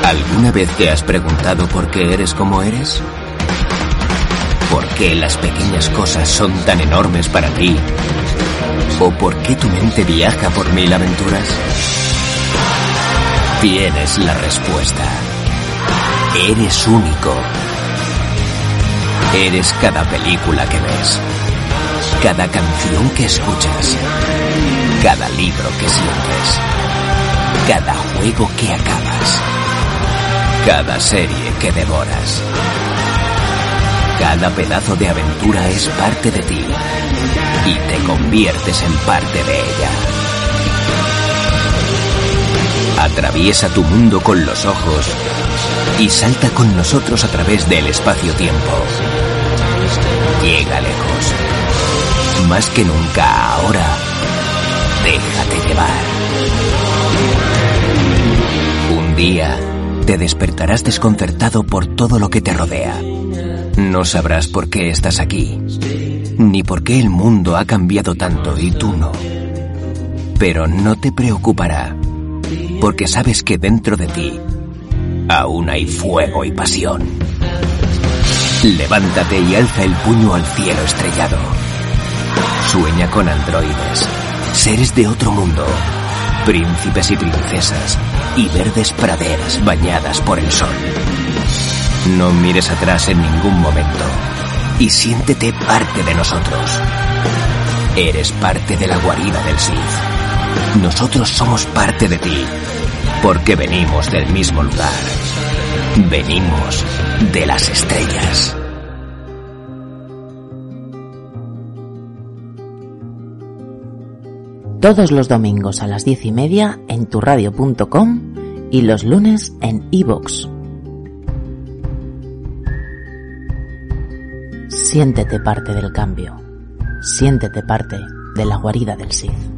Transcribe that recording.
¿Alguna vez te has preguntado por qué eres como eres? ¿Por qué las pequeñas cosas son tan enormes para ti? ¿O por qué tu mente viaja por 1000 aventuras? Tienes la respuesta. Eres único. Eres cada película que ves, cada canción que escuchas, cada libro que sientes, cada juego que acabas, cada serie que devoras. Cada pedazo de aventura es parte de ti y te conviertes en parte de ella. Atraviesa tu mundo con los ojos y salta con nosotros a través del espacio-tiempo. Llega lejos. Más que nunca ahora, déjate llevar. Un día te despertarás desconcertado por todo lo que te rodea. No sabrás por qué estás aquí, ni por qué el mundo ha cambiado tanto y tú no. Pero no te preocupará, porque sabes que dentro de ti aún hay fuego y pasión. Levántate y alza el puño al cielo estrellado. Sueña con androides, seres de otro mundo, príncipes y princesas y verdes praderas bañadas por el sol. No mires atrás en ningún momento y siéntete parte de nosotros. Eres parte de la guarida del Sith. Nosotros somos parte de ti, porque venimos del mismo lugar. Venimos de las estrellas. Todos los domingos a las 10:30 en turradio.com y los lunes en iVoox. Siéntete parte del cambio. Siéntete parte de la guarida del Sith.